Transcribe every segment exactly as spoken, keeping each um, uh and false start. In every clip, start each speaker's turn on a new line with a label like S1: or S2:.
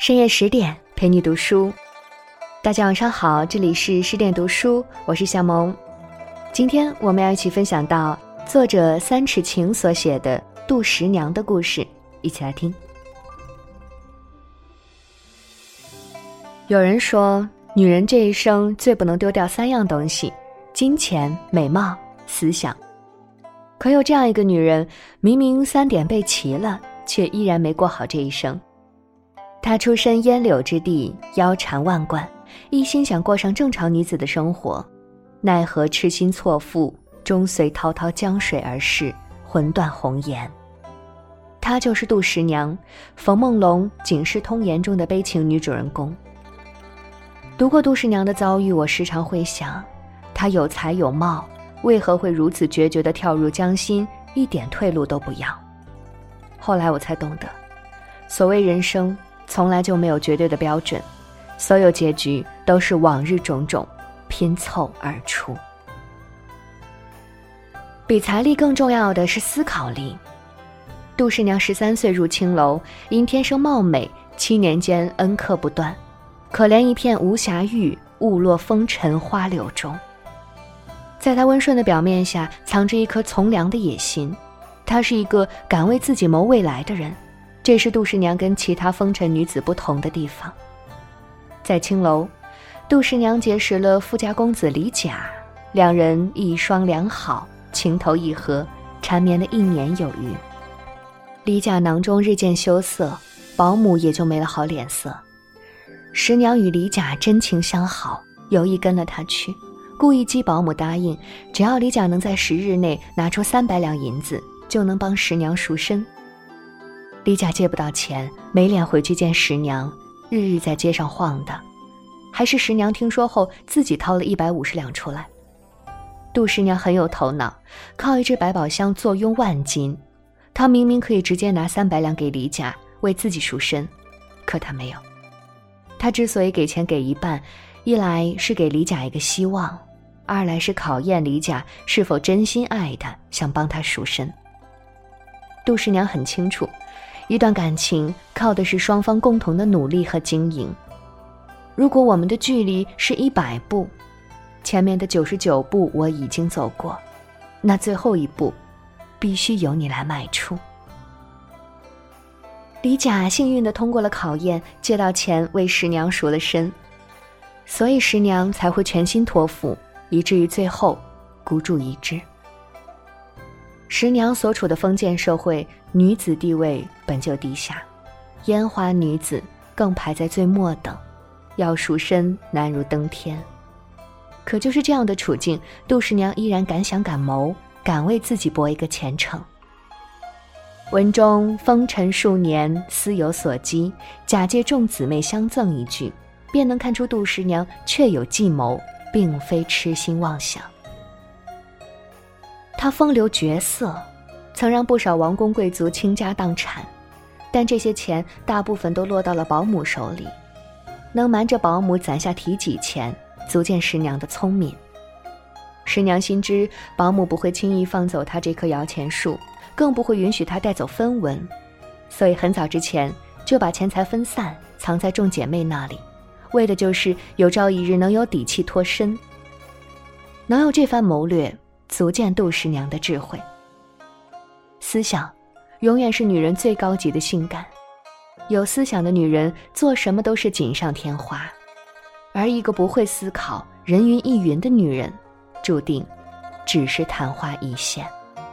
S1: 深夜十点陪你读书。大家晚上好，这里是十点读书，我是夏萌。今天我们要一起分享到作者三尺晴所写的杜十娘的故事，一起来听。有人说，女人这一生最不能丢掉三样东西：金钱、美貌、思想。可有这样一个女人，明明三点备齐了，却依然没过好这一生。她出身烟柳之地，腰缠万贯，一心想过上正常女子的生活，奈何痴心错付，终随滔滔江水而逝，魂断红颜。她就是杜十娘，冯梦龙《警世通言》中的悲情女主人公。读过杜十娘的遭遇，我时常会想，她有才有貌，为何会如此决绝地跳入江心，一点退路都不要？后来我才懂得，所谓人生从来就没有绝对的标准，所有结局都是往日种种拼凑而出。比财力更重要的是思考力。杜十娘十三岁入青楼，因天生貌美，七年间恩客不断，可怜一片无暇玉，误落风尘花柳中。在她温顺的表面下，藏着一颗从良的野心。她是一个敢为自己谋未来的人，这是杜十娘跟其他风尘女子不同的地方。在青楼，杜十娘结识了富家公子李甲，两人一双良好，情投意合，缠绵了一年有余。李甲囊中日渐羞涩，保姆也就没了好脸色。十娘与李甲真情相好，有意跟了他去，故意激保姆答应，只要李甲能在十日内拿出三百两银子，就能帮十娘赎身。李甲借不到钱，没脸回去见十娘，日日在街上晃荡，还是十娘听说后自己掏了一百五十两出来。杜十娘很有头脑，靠一只百宝箱坐拥万金。她明明可以直接拿三百两给李甲为自己赎身，可她没有。她之所以给钱给一半，一来是给李甲一个希望，二来是考验李甲是否真心爱他，想帮他赎身。杜十娘很清楚，一段感情靠的是双方共同的努力和经营。如果我们的距离是一百步，前面的九十九步我已经走过，那最后一步必须由你来迈出。李甲幸运地通过了考验，借到钱为十娘赎了身，所以十娘才会全心托付，以至于最后孤注一掷。十娘所处的封建社会，女子地位本就低下，烟花女子更排在最末等，要赎身难如登天。可就是这样的处境，杜十娘依然敢想敢谋，敢为自己搏一个前程。文中风尘数年，思有所积，假借众姊妹相赠一句，便能看出杜十娘确有计谋，并非痴心妄想。她风流绝色，曾让不少王公贵族倾家荡产，但这些钱大部分都落到了保姆手里。能瞒着保姆攒下提己钱，足见十娘的聪明。十娘心知保姆不会轻易放走她这棵摇钱树，更不会允许她带走分文，所以很早之前就把钱财分散，藏在众姐妹那里，为的就是有朝一日能有底气脱身。能有这番谋略，足见杜十娘的智慧。思想永远是女人最高级的性感，有思想的女人做什么都是锦上添花，而一个不会思考、人云亦云的女人，注定只是昙花一现。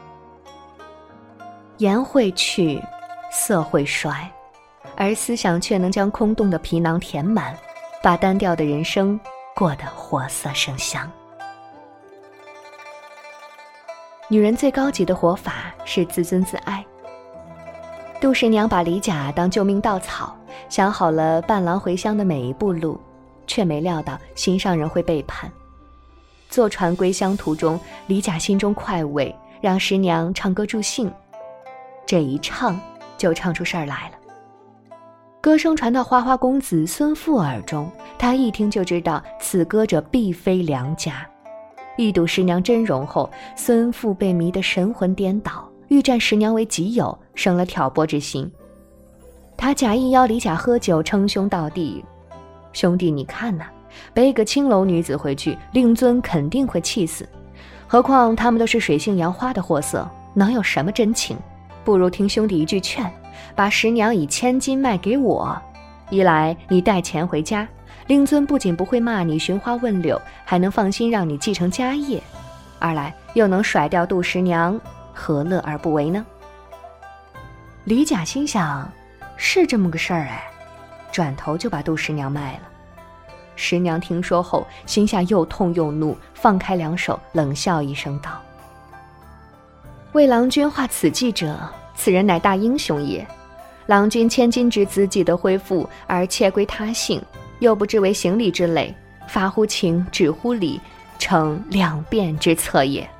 S1: 颜会去，色会衰，而思想却能将空洞的皮囊填满，把单调的人生过得活色生香。女人最高级的活法是自尊自爱。杜十娘把李甲当救命稻草，想好了伴郎回乡的每一步路，却没料到心上人会背叛。坐船归乡途中，李甲心中快慰，让十娘唱歌助兴。这一唱就唱出事儿来了。歌声传到花花公子孙富耳中，他一听就知道此歌者必非良家。一睹十娘真容后，孙富被迷得神魂颠倒，欲占十娘为己有，生了挑拨之心。 他假意邀李甲喝酒，称兄道弟。兄弟你看呐、啊，背个青楼女子回去，令尊肯定会气死。何况他们都是水性杨花的货色，能有什么真情？不如听兄弟一句劝，把十娘以千金卖给我。一来你带钱回家，令尊不仅不会骂你寻花问柳，还能放心让你继承家业；二来又能甩掉杜十娘，何乐而不为呢？李甲心想，是这么个事儿哎，转头就把杜十娘卖了。十娘听说后，心下又痛又怒，放开两手，冷笑一声道：为郎君画此计者，此人乃大英雄也。郎君千金之资既得恢复，而妾归他姓，又不知为行礼之累，发乎情，止乎礼，成两变之策也。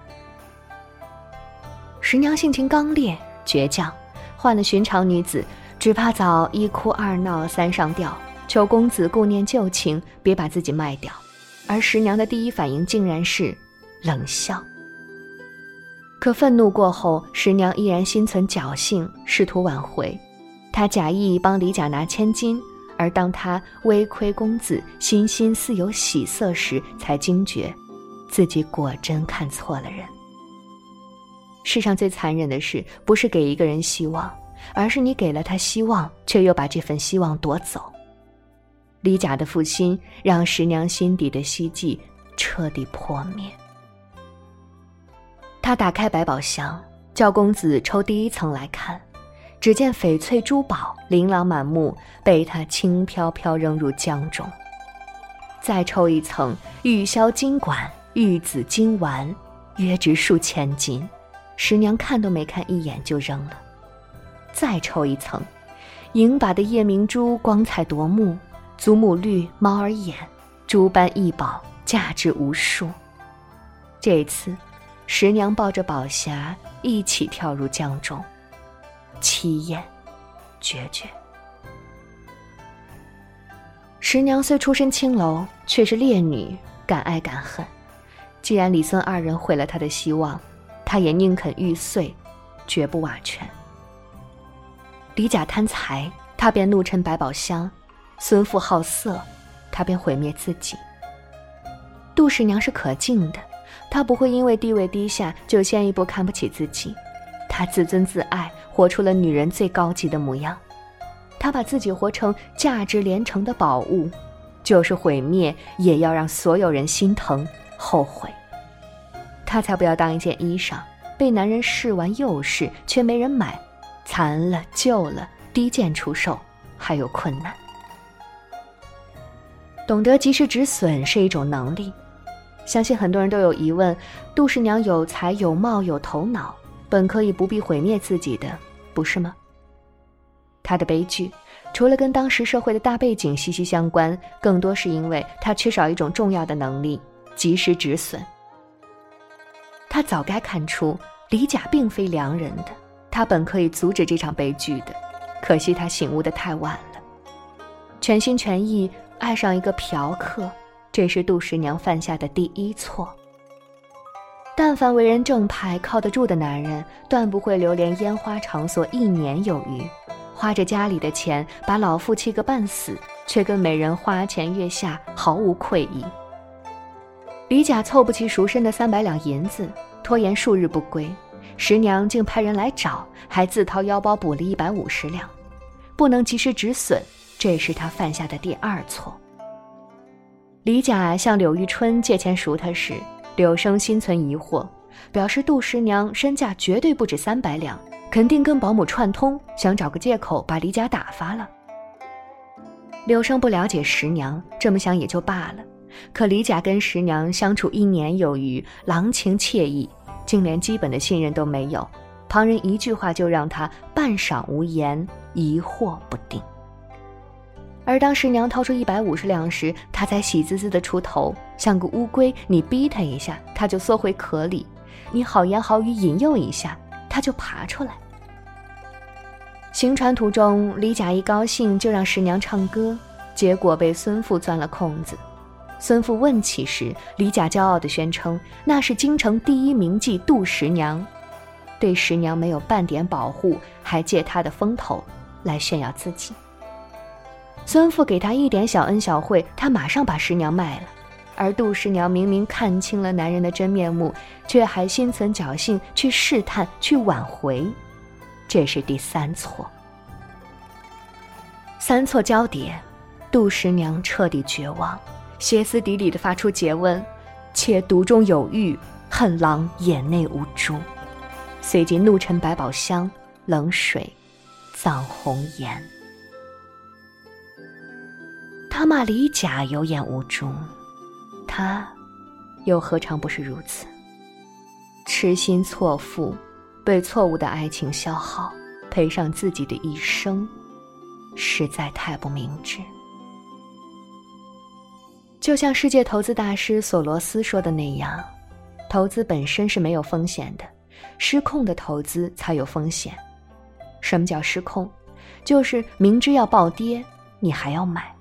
S1: 十娘性情刚烈倔强，换了寻常女子，只怕早一哭二闹三上吊，求公子顾念旧情，别把自己卖掉。而十娘的第一反应竟然是冷笑。可愤怒过后，十娘依然心存侥幸，试图挽回。她假意帮李甲拿千金，而当她微窥公子心心似有喜色时，才惊觉自己果真看错了人。世上最残忍的事，不是给一个人希望，而是你给了他希望，却又把这份希望夺走。李甲的负心，让十娘心底的希冀彻底破灭。他打开百宝箱，叫公子抽第一层来看，只见翡翠珠宝琳琅满目，被他轻飘飘扔入江中。再抽一层玉箫金管、玉子金丸，约值数千金，十娘看都没看一眼就扔了。再抽一层银把的夜明珠，光彩夺目，祖母绿、猫儿眼，诸般异宝，价值无数。这次十娘抱着宝匣一起跳入江中，凄艳决绝。十娘虽出身青楼，却是烈女，敢爱敢恨。既然李孙二人毁了她的希望，她也宁肯玉碎，绝不瓦全。李甲贪财，他便怒嗔百宝箱；孙父好色，他便毁灭自己。杜十娘是可敬的，她不会因为地位低下就先一步看不起自己，她自尊自爱，活出了女人最高级的模样。她把自己活成价值连城的宝物，就是毁灭也要让所有人心疼后悔。她才不要当一件衣裳，被男人试完又试，却没人买，残了旧了，低贱出售，还有困难。懂得及时止损是一种能力。相信很多人都有疑问，杜十娘有才有貌有头脑，本可以不必毁灭自己的，不是吗？她的悲剧除了跟当时社会的大背景息息相关，更多是因为她缺少一种重要的能力，及时止损。她早该看出李甲并非良人的，他本可以阻止这场悲剧的，可惜他醒悟得太晚了。全心全意爱上一个嫖客，这是杜十娘犯下的第一错。但凡为人正派靠得住的男人，断不会流连烟花场所一年有余，花着家里的钱把老妇气个半死，却跟美人花前月下，毫无愧意。李甲凑不齐赎身的三百两银子，拖延数日不归，十娘竟派人来找，还自掏腰包补了一百五十两，不能及时止损，这是他犯下的第二错。李甲向柳玉春借钱赎他时，柳生心存疑惑，表示杜十娘身价绝对不止三百两，肯定跟保姆串通，想找个借口把李甲打发了。柳生不了解十娘，这么想也就罢了，可李甲跟十娘相处一年有余，郎情惬意，竟连基本的信任都没有，旁人一句话就让他半晌无言，疑惑不定。而当十娘掏出一百五十两时，他才喜滋滋地出头，像个乌龟，你逼他一下，他就缩回壳里；你好言好语引诱一下，他就爬出来。行船途中，李甲一高兴就让十娘唱歌，结果被孙父钻了空子。孙父问起时，李甲骄傲地宣称那是京城第一名妓杜十娘，对十娘没有半点保护，还借她的风头， 来炫耀自己。孙父给他一点小恩小惠，他马上把师娘卖了。而杜师娘明明看清了男人的真面目，却还心存侥幸去试探，去挽回，这是第三错。三错交叠，杜师娘彻底绝望，歇斯底里地发出诘问：妾肚中有玉，恨郎眼内无珠。随即怒沉百宝箱，冷水葬红颜。他骂李甲有眼无珠，他又何尝不是如此？痴心错付，被错误的爱情消耗，赔上自己的一生，实在太不明智。就像世界投资大师索罗斯说的那样，投资本身是没有风险的，失控的投资才有风险。什么叫失控？就是明知要暴跌，你还要买。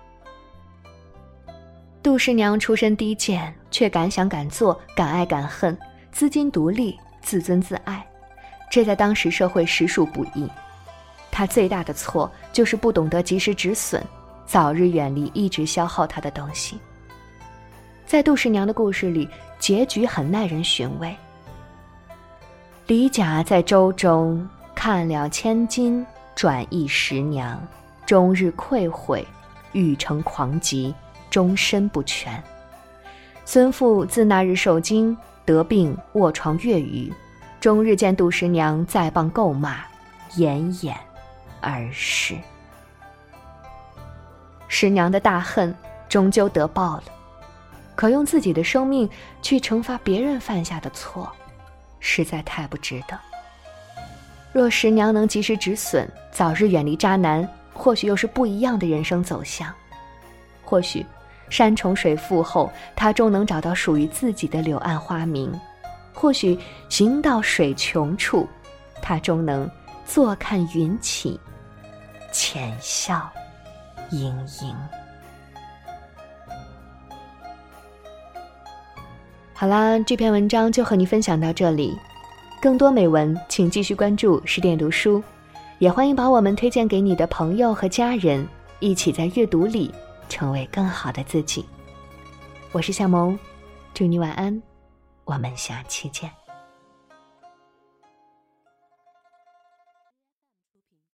S1: 杜师娘出身低贱，却敢想敢做，敢爱敢恨，资金独立，自尊自爱，这在当时社会实属不易。她最大的错就是不懂得及时止损，早日远离一直消耗她的东西。在杜师娘的故事里，结局很耐人寻味。李甲在舟中看了千金，转意师娘，终日愧悔，欲成狂疾，终身不全。孙父自那日受惊，得病卧床月余，终日见杜师娘再谤垢骂，奄奄而逝。师娘的大恨终究得报了，可用自己的生命去惩罚别人犯下的错，实在太不值得。若师娘能及时止损，早日远离渣男，或许又是不一样的人生走向。或许山重水复后，她终能找到属于自己的柳暗花明；或许行到水穷处，她终能坐看云起，浅笑盈盈。好啦，这篇文章就和你分享到这里。更多美文请继续关注十点读书，也欢迎把我们推荐给你的朋友和家人，一起在阅读里成为更好的自己。我是夏萌，祝你晚安，我们下期见。